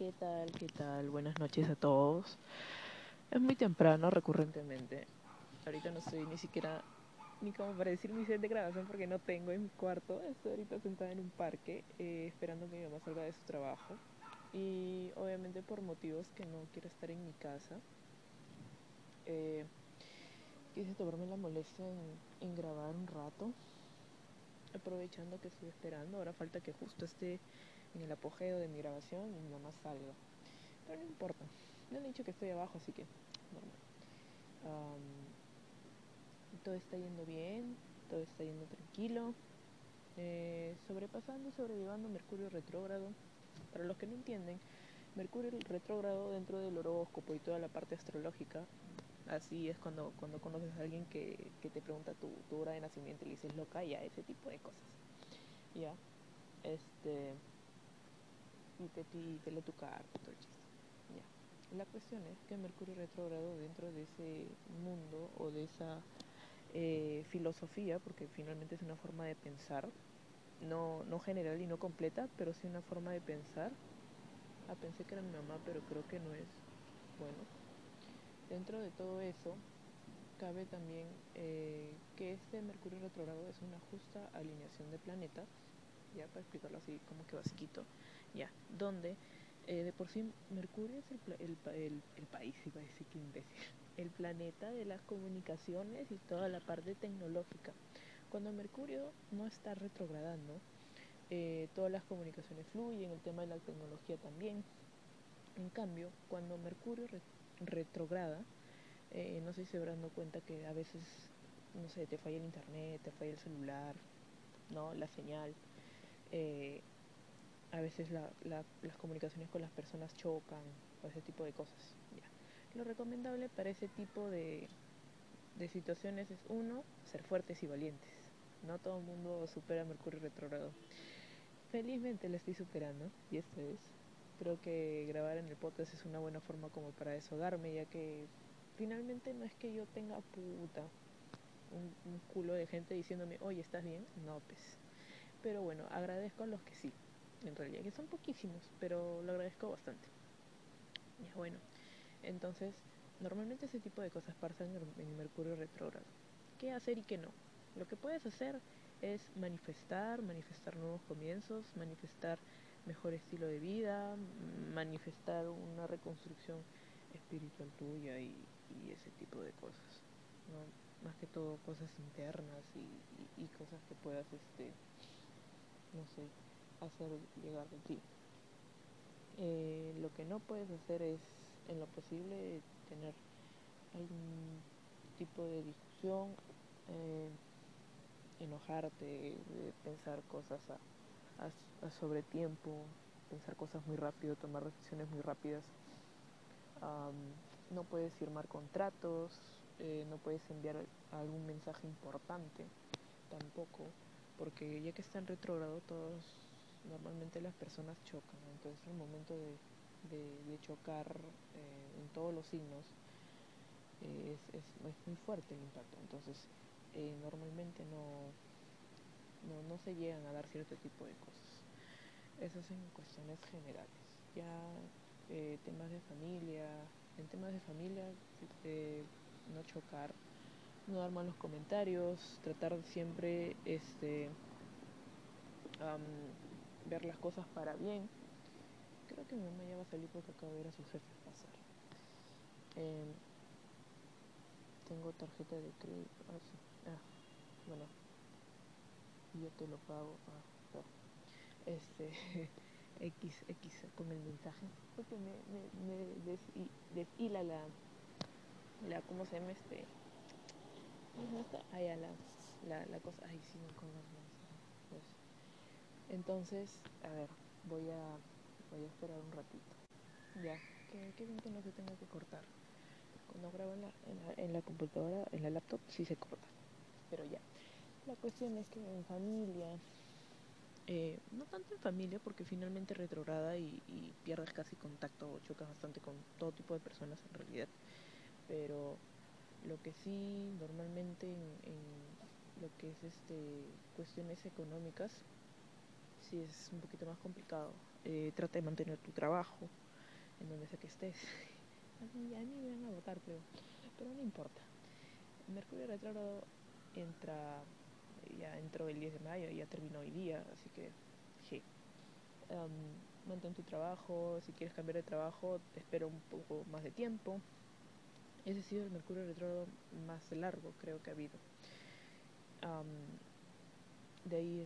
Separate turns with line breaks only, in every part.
¿Qué tal? ¿Qué tal? Buenas noches a todos. Es muy temprano recurrentemente. Ahorita no estoy ni siquiera ni como para decir mi set de grabación porque no tengo en mi cuarto. Estoy ahorita sentada en un parque esperando que mi mamá salga de su trabajo. Y obviamente por motivos que no quiero estar en mi casa, eh, quise tomarme la molestia en grabar un rato, aprovechando que estoy esperando. Ahora falta que justo esté en el apogeo de mi grabación y mi mamá salga. Pero no importa. Me han dicho que estoy abajo, así que normal. Todo está yendo bien, todo está yendo tranquilo. Sobrepasando y sobrellevando Mercurio retrógrado. Para los que no entienden, Mercurio retrógrado dentro del horóscopo y toda la parte astrológica, así es cuando conoces a alguien que te pregunta tu hora de nacimiento y le dices loca, ya, ese tipo de cosas. Ya, este, y te lee tu carta, todo el chiste. Ya. La cuestión es que Mercurio retrógrado dentro de ese mundo o de esa filosofía, porque finalmente es una forma de pensar, no general y no completa, pero sí una forma de pensar. Pensé que era mi mamá, pero creo que no es. Bueno, dentro de todo eso, cabe también que este Mercurio retrogrado es una justa alineación de planetas, ya para explicarlo así como que basiquito, ya, donde de por sí Mercurio es el país, iba a decir que imbécil, el planeta de las comunicaciones y toda la parte tecnológica. Cuando Mercurio no está retrogradando, todas las comunicaciones fluyen, el tema de la tecnología también. En cambio, cuando Mercurio retrograda, no sé si se habrán dado cuenta que a veces, no sé, te falla el internet, te falla el celular, ¿no? La señal. eh, a veces las comunicaciones con las personas chocan o ese tipo de cosas. Ya. Lo recomendable para ese tipo de situaciones es uno, ser fuertes y valientes. No todo el mundo supera Mercurio retrógrado. Felizmente lo estoy superando y esto es. Creo que grabar en el podcast es una buena forma como para desahogarme, ya que finalmente no es que yo tenga un culo de gente diciéndome, oye, ¿estás bien? No, pues. Pero bueno, agradezco a los que sí, en realidad, que son poquísimos, pero lo agradezco bastante. Ya bueno, entonces, normalmente ese tipo de cosas pasan en Mercurio retrógrado. ¿Qué hacer y qué no? Lo que puedes hacer es manifestar nuevos comienzos, manifestar mejor estilo de vida, manifestar una reconstrucción espiritual tuya y ese tipo de cosas, ¿no? Más que todo cosas internas y cosas que puedas, no sé, hacer llegar de ti. Lo que no puedes hacer es, en lo posible, tener algún tipo de discusión, eh, enojarte, pensar cosas a sobre tiempo, pensar cosas muy rápido, tomar decisiones muy rápidas. Um, no puedes firmar contratos, no puedes enviar algún mensaje importante tampoco, porque ya que está en retrógrado, todos normalmente las personas chocan, ¿no? Entonces el momento de chocar en todos los signos es muy fuerte el impacto. Entonces normalmente no se llegan a dar cierto tipo de cosas. Eso es en cuestiones generales. Ya temas de familia, en temas de familia, no chocar, no dar malos comentarios, tratar de siempre ver las cosas para bien. Creo que mi mamá ya va a salir porque acaba de ver a sus jefes pasar. Eh, tengo tarjeta de crédito. Ah, sí. Ah, bueno, yo te lo pago. Ah, claro. Este, X con el mensaje. Porque me deshila ¿cómo se llama ¿cómo se llama esta? Ah, ya, la cosa. Ay, sí, con los mensajes. Pues. Entonces, a ver, voy a esperar un ratito. Ya, que bien que no se tenga que cortar. Cuando grabo en la computadora, en la laptop, sí se corta. Pero ya. La cuestión es que en familia, no tanto en familia, porque finalmente retrograda y pierdes casi contacto, o chocas bastante con todo tipo de personas en realidad. Pero lo que sí, normalmente en lo que es cuestiones económicas, sí es un poquito más complicado. Trata de mantener tu trabajo, en donde sea que estés. A mí me van a votar, creo, pero no importa. Mercurio retrógrado entra, ya entró el 10 de mayo, ya terminó hoy día, así que, hey, mantén tu trabajo. Si quieres cambiar de trabajo, te espera un poco más de tiempo. Ese ha sido el Mercurio retrógrado más largo, creo que ha habido. De ahí,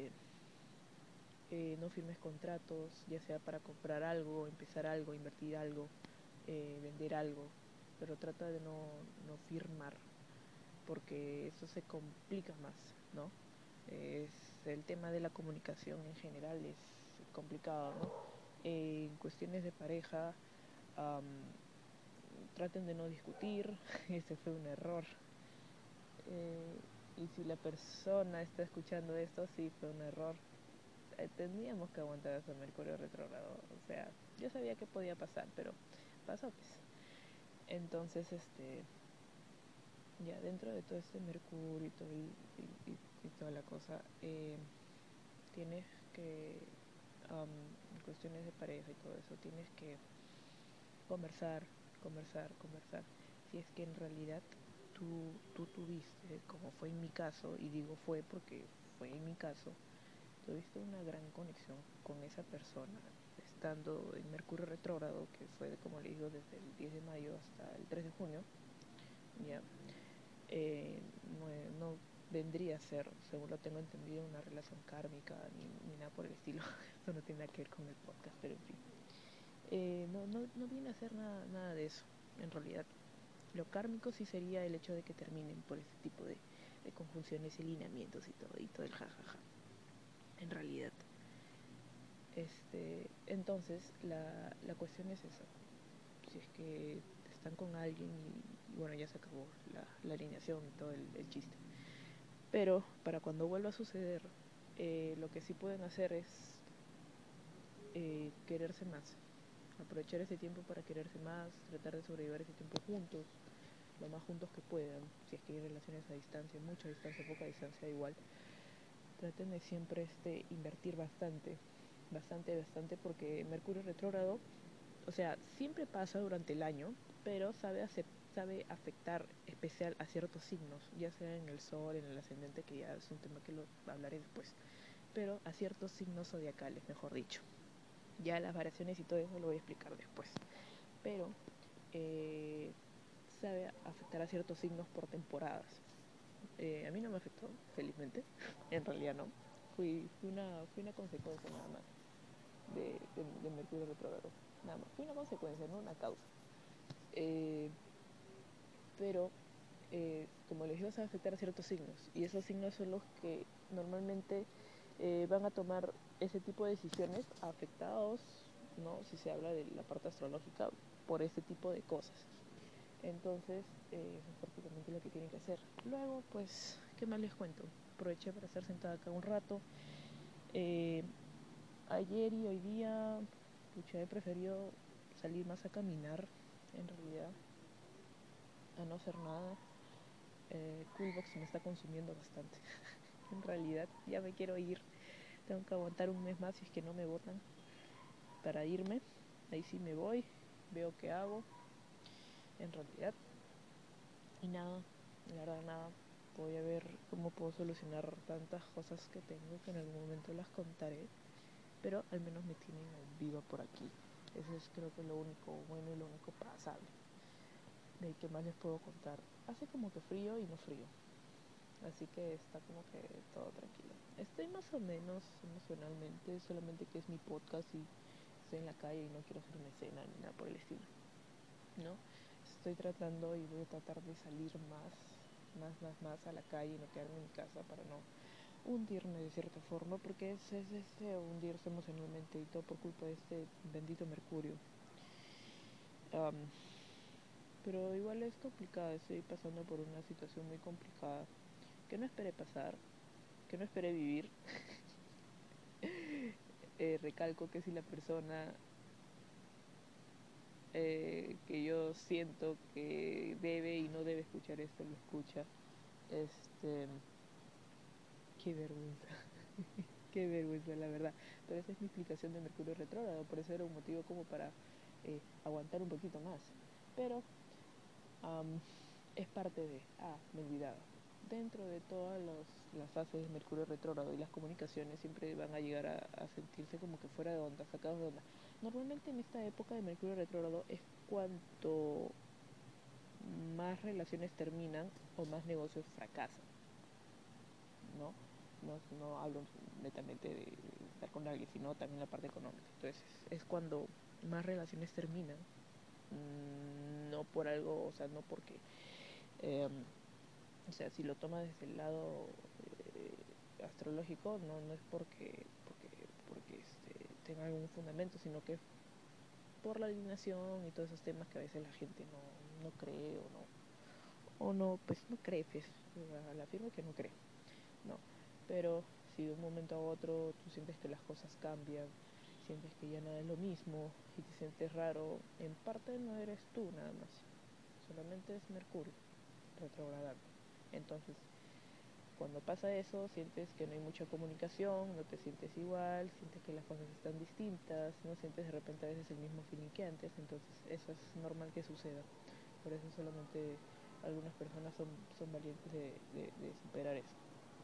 no firmes contratos, ya sea para comprar algo, empezar algo, invertir algo, vender algo, pero trata de no firmar, porque eso se complica más, ¿no? Es el tema de la comunicación en general es complicado, ¿no? En cuestiones de pareja, traten de no discutir, ese fue un error. Y si la persona está escuchando esto, sí fue un error. Tendríamos que aguantar ese Mercurio retrógrado. O sea, yo sabía que podía pasar, pero pasó pues. Entonces, ya dentro de todo este Mercurio y, todo y toda la cosa, tienes que, en cuestiones de pareja y todo eso, tienes que conversar, conversar. Si es que en realidad tú tuviste, como fue en mi caso, y digo fue porque fue en mi caso, tuviste una gran conexión con esa persona, estando en Mercurio retrógrado, que fue, como le digo, desde el 10 de mayo hasta el 3 de junio, ya, no vendría a ser, según lo tengo entendido, una relación kármica ni nada por el estilo. Eso no tiene nada que ver con el podcast, pero en fin. No viene a ser nada de eso, en realidad. Lo kármico sí sería el hecho de que terminen por este tipo de conjunciones y lineamientos y todo el jajaja. En realidad. Entonces, la cuestión es eso. Si es que están con alguien y bueno, ya se acabó la alineación y todo el chiste. Pero para cuando vuelva a suceder, lo que sí pueden hacer es quererse más. Aprovechar ese tiempo para quererse más, tratar de sobrellevar ese tiempo juntos, lo más juntos que puedan. Si es que hay relaciones a distancia, mucha distancia, poca distancia, igual. Traten de siempre invertir bastante, porque Mercurio retrógrado, o sea, siempre pasa durante el año, pero sabe afectar especial a ciertos signos, ya sea en el sol, en el ascendente, que ya es un tema que lo hablaré después, pero a ciertos signos zodiacales, mejor dicho. Ya las variaciones y todo eso lo voy a explicar después. Pero sabe afectar a ciertos signos por temporadas. A mí no me afectó, felizmente. En realidad no. Fui una consecuencia nada más de Mercurio retrógrado. Nada más. Fue una consecuencia, no una causa. Pero, como les digo, se va a afectar a ciertos signos. Y esos signos son los que normalmente van a tomar ese tipo de decisiones afectados, ¿no? Si se habla de la parte astrológica, por ese tipo de cosas. Entonces, eso es prácticamente lo que tienen que hacer. Luego, pues, ¿qué más les cuento? Aproveché para estar sentada acá un rato. Ayer y hoy día, pucha, he preferido salir más a caminar, en realidad, a no hacer nada. Coolbox me está consumiendo bastante. En realidad, ya me quiero ir. Tengo que aguantar un mes más si es que no me botan para irme. Ahí sí me voy, veo qué hago, en realidad. Y nada, la verdad nada. Voy a ver cómo puedo solucionar tantas cosas que tengo, que en algún momento las contaré. Pero al menos me tienen viva por aquí. Eso es, creo que lo único bueno y lo único pasable. De ahí, ¿qué más les puedo contar? Hace como que frío y no frío. Así que está como que todo tranquilo. Estoy más o menos emocionalmente, solamente que es mi podcast y estoy en la calle y no quiero hacer una escena ni nada por el estilo, ¿no? Estoy tratando y voy a tratar de salir más a la calle y no quedarme en mi casa para no hundirme de cierta forma, porque es hundirse emocionalmente y todo por culpa de este bendito Mercurio. Um, pero igual es complicado, estoy pasando por una situación muy complicada que no esperé pasar, que no esperé vivir. Recalco que si la persona que yo siento que debe y no debe escuchar esto lo escucha, este, qué vergüenza. Qué vergüenza, la verdad. Pero esa es mi explicación de Mercurio retrógrado, por eso era un motivo como para aguantar un poquito más. Pero es parte de, me olvidaba. Dentro de todas las fases de Mercurio retrógrado y las comunicaciones siempre van a llegar a sentirse como que fuera de onda, sacados de onda. Normalmente en esta época de Mercurio retrógrado es cuando más relaciones terminan o más negocios fracasan, ¿no? No hablo netamente de estar con alguien, sino también la parte económica. Entonces es cuando más relaciones terminan, no por algo, o sea, no porque, o sea, si lo tomas desde el lado astrológico, no es porque tenga algún fundamento, sino que es por la alineación y todos esos temas que a veces la gente no cree o no, pues no cree, pues, la afirma que no cree, no. Pero si de un momento a otro tú sientes que las cosas cambian, sientes que ya nada es lo mismo y te sientes raro, en parte no eres tú nada más, solamente es Mercurio retrogradando. Entonces, cuando pasa eso, sientes que no hay mucha comunicación, no te sientes igual, sientes que las cosas están distintas, no sientes de repente a veces el mismo feeling que antes, entonces eso es normal que suceda. Por eso solamente algunas personas son valientes de superar eso.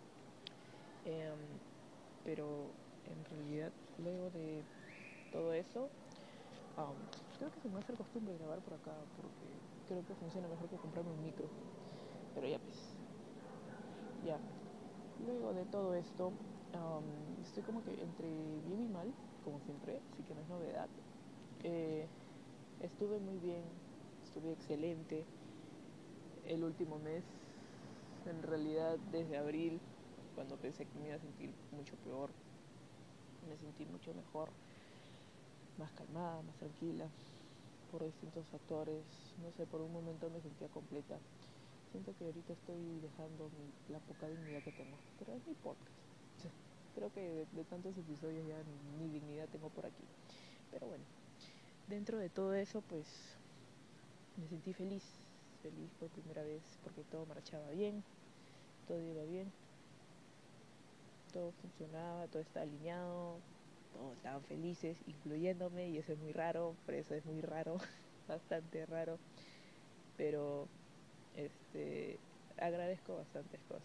Pero en realidad, luego de todo eso, creo que se me va a hacer costumbre grabar por acá, porque creo que funciona mejor que comprarme un micro. Pero ya pues, ya. Luego de todo esto, estoy como que entre bien y mal, como siempre, así que no es novedad. Eh, Estuve muy bien, estuve excelente el último mes. En realidad, desde abril, cuando pensé que me iba a sentir mucho peor, me sentí mucho mejor, más calmada, más tranquila, por distintos factores. No sé, por un momento me sentía completa. Siento que ahorita estoy dejando la poca dignidad que tengo, pero es mi podcast. Creo que de tantos episodios ya ni dignidad tengo por aquí. Pero bueno, dentro de todo eso, pues me sentí feliz. Feliz por primera vez porque todo marchaba bien, todo iba bien, todo funcionaba, todo estaba alineado, todos estaban felices, incluyéndome, y eso es muy raro, por eso es muy raro, bastante raro. Pero agradezco bastantes cosas.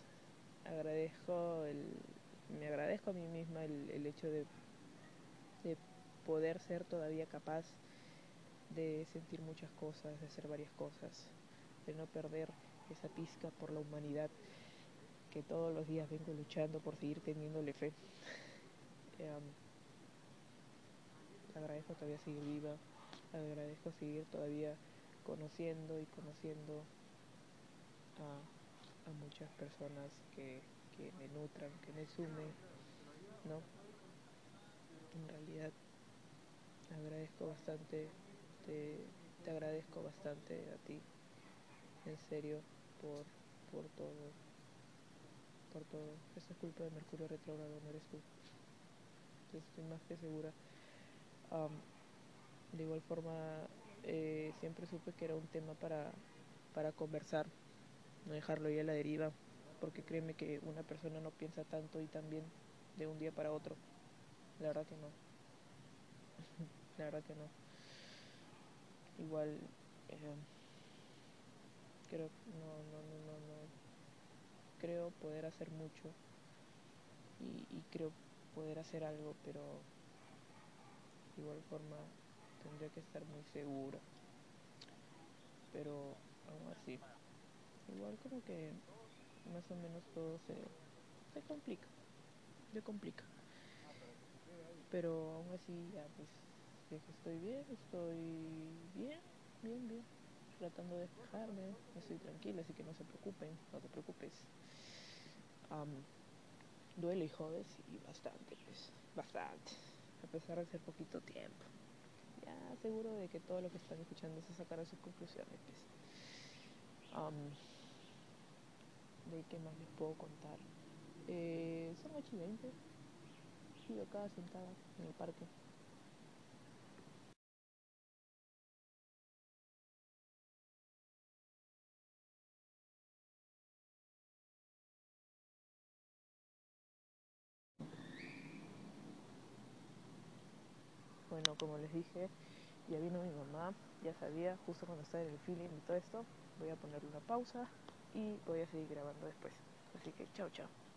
Me agradezco a mí misma el hecho de poder ser todavía capaz de sentir muchas cosas, de hacer varias cosas, de no perder esa pizca por la humanidad que todos los días vengo luchando por seguir teniéndole fe. Eh, Agradezco todavía seguir viva, agradezco seguir todavía conociendo a muchas personas que me nutran, que me sumen, ¿no? En realidad agradezco bastante, te, te agradezco bastante a ti, en serio, por, por todo, por todo. Esto es culpa de Mercurio retrógrado, no eres tú. Estoy más que segura. Um, de igual forma, siempre supe que era un tema para conversar, no dejarlo ahí a la deriva, porque créeme que una persona no piensa tanto y tan bien de un día para otro. La verdad que no, la verdad que no. Igual, creo, no, creo poder hacer mucho y creo poder hacer algo, pero de igual forma tendría que estar muy segura. Pero aún así, igual como que más o menos todo se complica, se complica. Pero aún así, ya pues, si es que estoy bien, bien, tratando de despejarme, estoy tranquila, así que no se preocupen, no te preocupes. Am, Duele y jode, sí, bastante, pues, bastante, a pesar de ser poquito tiempo. Ya seguro de que todo lo que están escuchando se sacará sus conclusiones, pues. ¿De qué más les puedo contar? Son 8:20, estoy acá sentada en el parque. Bueno, como les dije, Ya vino mi mamá, ya sabía, justo cuando estaba en el feeling y todo esto, voy a ponerle una pausa y voy a seguir grabando después. Así que chao, chao.